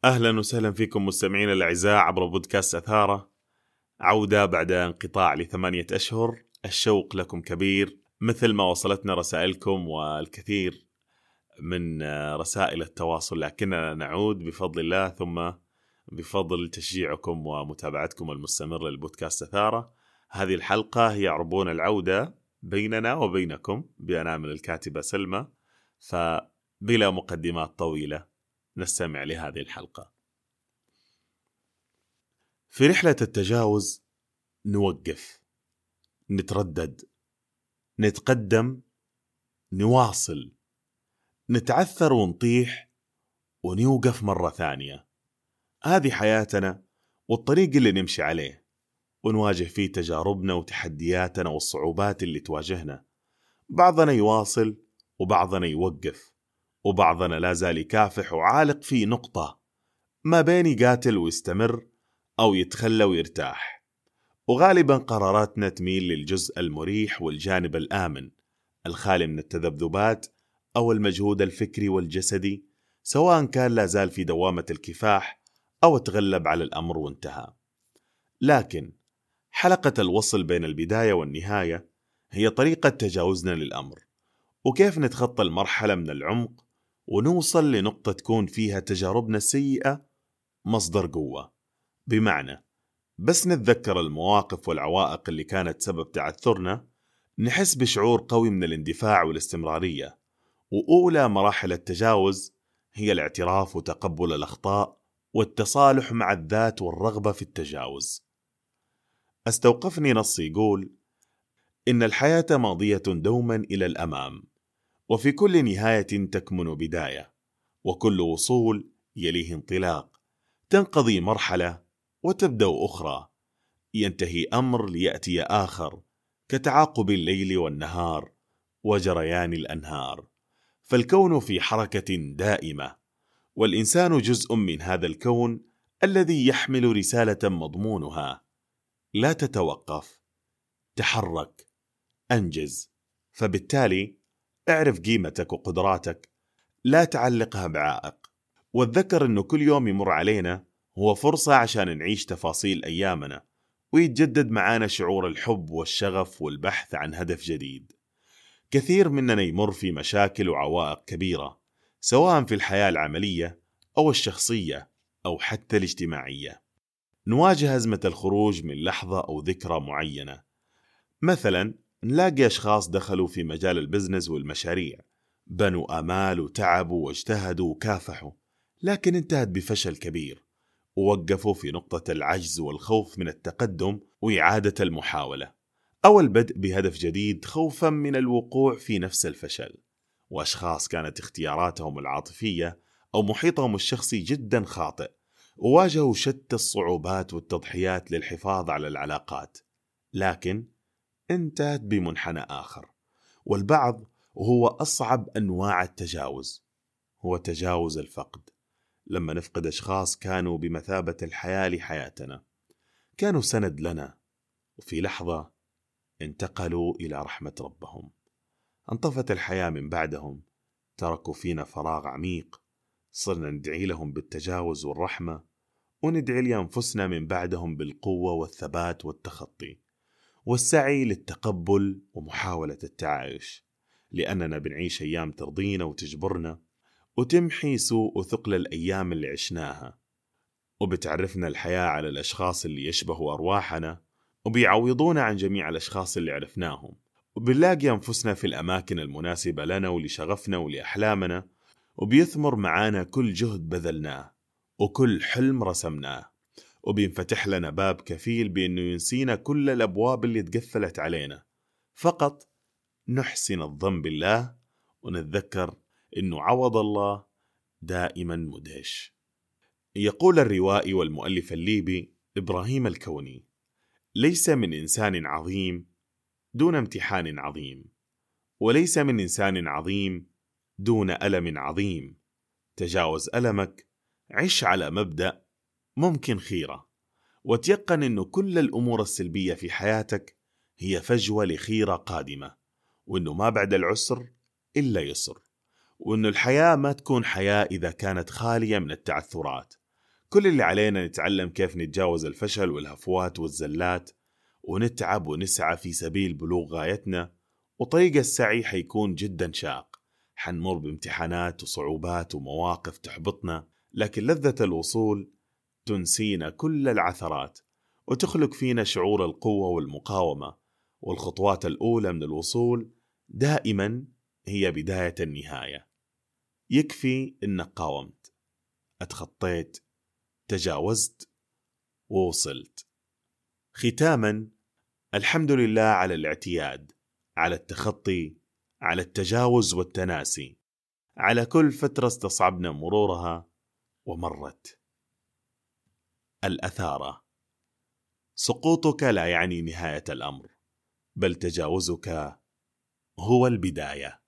أهلا وسهلا فيكم مستمعين الأعزاء عبر بودكاست أثارة. عودة بعد انقطاع ل8 أشهر. الشوق لكم كبير مثل ما وصلتنا رسائلكم والكثير من رسائل التواصل، لكننا نعود بفضل الله، ثم بفضل تشجيعكم ومتابعتكم المستمرة للبودكاست أثارة. هذه الحلقة هي عربون العودة بيننا وبينكم بأنامل الكاتبة سلمى، فبلا مقدمات طويلة نستمع لهذه الحلقة. في رحلة التجاوز نوقف، نتردد، نتقدم، نواصل، نتعثر ونطيح ونوقف مرة ثانية. هذه حياتنا والطريق اللي نمشي عليه، ونواجه فيه تجاربنا وتحدياتنا والصعوبات اللي تواجهنا. بعضنا يواصل وبعضنا يوقف، وبعضنا لا زال يكافح وعالق في نقطة ما بين يقاتل ويستمر أو يتخلى ويرتاح. وغالبا قراراتنا تميل للجزء المريح والجانب الآمن الخالي من التذبذبات أو المجهود الفكري والجسدي، سواء كان لا زال في دوامة الكفاح أو تغلب على الأمر وانتهى. لكن حلقة الوصل بين البداية والنهاية هي طريقة تجاوزنا للأمر، وكيف نتخطى المرحلة من العمق ونوصل لنقطة تكون فيها تجاربنا السيئة مصدر قوة. بمعنى بس نتذكر المواقف والعوائق اللي كانت سبب تعثرنا، نحس بشعور قوي من الاندفاع والاستمرارية. وأولى مراحل التجاوز هي الاعتراف وتقبل الأخطاء والتصالح مع الذات والرغبة في التجاوز. استوقفني نص يقول إن الحياة ماضية دوما إلى الأمام، وفي كل نهاية تكمن بداية، وكل وصول يليه انطلاق، تنقضي مرحلة وتبدأ أخرى، ينتهي أمر ليأتي آخر، كتعاقب الليل والنهار وجريان الأنهار. فالكون في حركة دائمة، والإنسان جزء من هذا الكون الذي يحمل رسالة مضمونها لا تتوقف. تحرك، أنجز. فبالتالي اعرف قيمتك وقدراتك، لا تعلقها بعائق، واتذكر أنه كل يوم يمر علينا هو فرصة عشان نعيش تفاصيل أيامنا، ويتجدد معانا شعور الحب والشغف والبحث عن هدف جديد. كثير مننا يمر في مشاكل وعوائق كبيرة، سواء في الحياة العملية أو الشخصية أو حتى الاجتماعية. نواجه أزمة الخروج من لحظة أو ذكرى معينة. مثلا نلاقي أشخاص دخلوا في مجال البزنس والمشاريع، بنوا آمال وتعبوا واجتهدوا وكافحوا، لكن انتهت بفشل كبير، ووقفوا في نقطة العجز والخوف من التقدم وإعادة المحاولة أو البدء بهدف جديد، خوفا من الوقوع في نفس الفشل. وأشخاص كانت اختياراتهم العاطفية أو محيطهم الشخصي جدا خاطئ، وواجهوا شتى الصعوبات والتضحيات للحفاظ على العلاقات، لكن انتهت بمنحنى آخر. والبعض، وهو أصعب أنواع التجاوز، هو تجاوز الفقد. لما نفقد أشخاص كانوا بمثابة الحياة لحياتنا، كانوا سند لنا، وفي لحظة انتقلوا إلى رحمة ربهم. انطفت الحياة من بعدهم، تركوا فينا فراغ عميق. صرنا ندعي لهم بالتجاوز والرحمة، وندعي لأنفسنا من بعدهم بالقوة والثبات والتخطي والسعي للتقبل ومحاولة التعايش، لأننا بنعيش أيام ترضينا وتجبرنا، وتمحي سوء وثقل الأيام اللي عشناها، وبتعرفنا الحياة على الأشخاص اللي يشبهوا أرواحنا، وبيعوضونا عن جميع الأشخاص اللي عرفناهم، وبنلاقي أنفسنا في الأماكن المناسبة لنا ولشغفنا ولأحلامنا، وبيثمر معانا كل جهد بذلناه وكل حلم رسمناه، وبينفتح لنا باب كفيل بأنه ينسينا كل الأبواب اللي تقفلت علينا. فقط نحسن الظن بالله، ونتذكر أنه عوض الله دائما مدهش. يقول الروائي والمؤلف الليبي إبراهيم الكوني: ليس من إنسان عظيم دون امتحان عظيم، وليس من إنسان عظيم دون ألم عظيم. تجاوز ألمك، عش على مبدأ ممكن خيرة، وتيقن أنه كل الأمور السلبية في حياتك هي فجوة لخيرة قادمة، وأنه ما بعد العسر إلا يسر، وأنه الحياة ما تكون حياة إذا كانت خالية من التعثرات، كل اللي علينا نتعلم كيف نتجاوز الفشل والهفوات والزلات، ونتعب ونسعى في سبيل بلوغ غايتنا. وطريق السعي حيكون جدا شاق، حنمر بامتحانات وصعوبات ومواقف تحبطنا، لكن لذة الوصول تنسينا كل العثرات وتخلق فينا شعور القوة والمقاومة. والخطوات الأولى من الوصول دائما هي بداية النهاية. يكفي إنك قاومت، اتخطيت، تجاوزت، ووصلت. ختاما، الحمد لله على الاعتياد، على التخطي، على التجاوز والتناسي، على كل فترة استصعبنا مرورها ومرت. الأثارة: سقوطك لا يعني نهاية الأمر، بل تجاوزك هو البداية.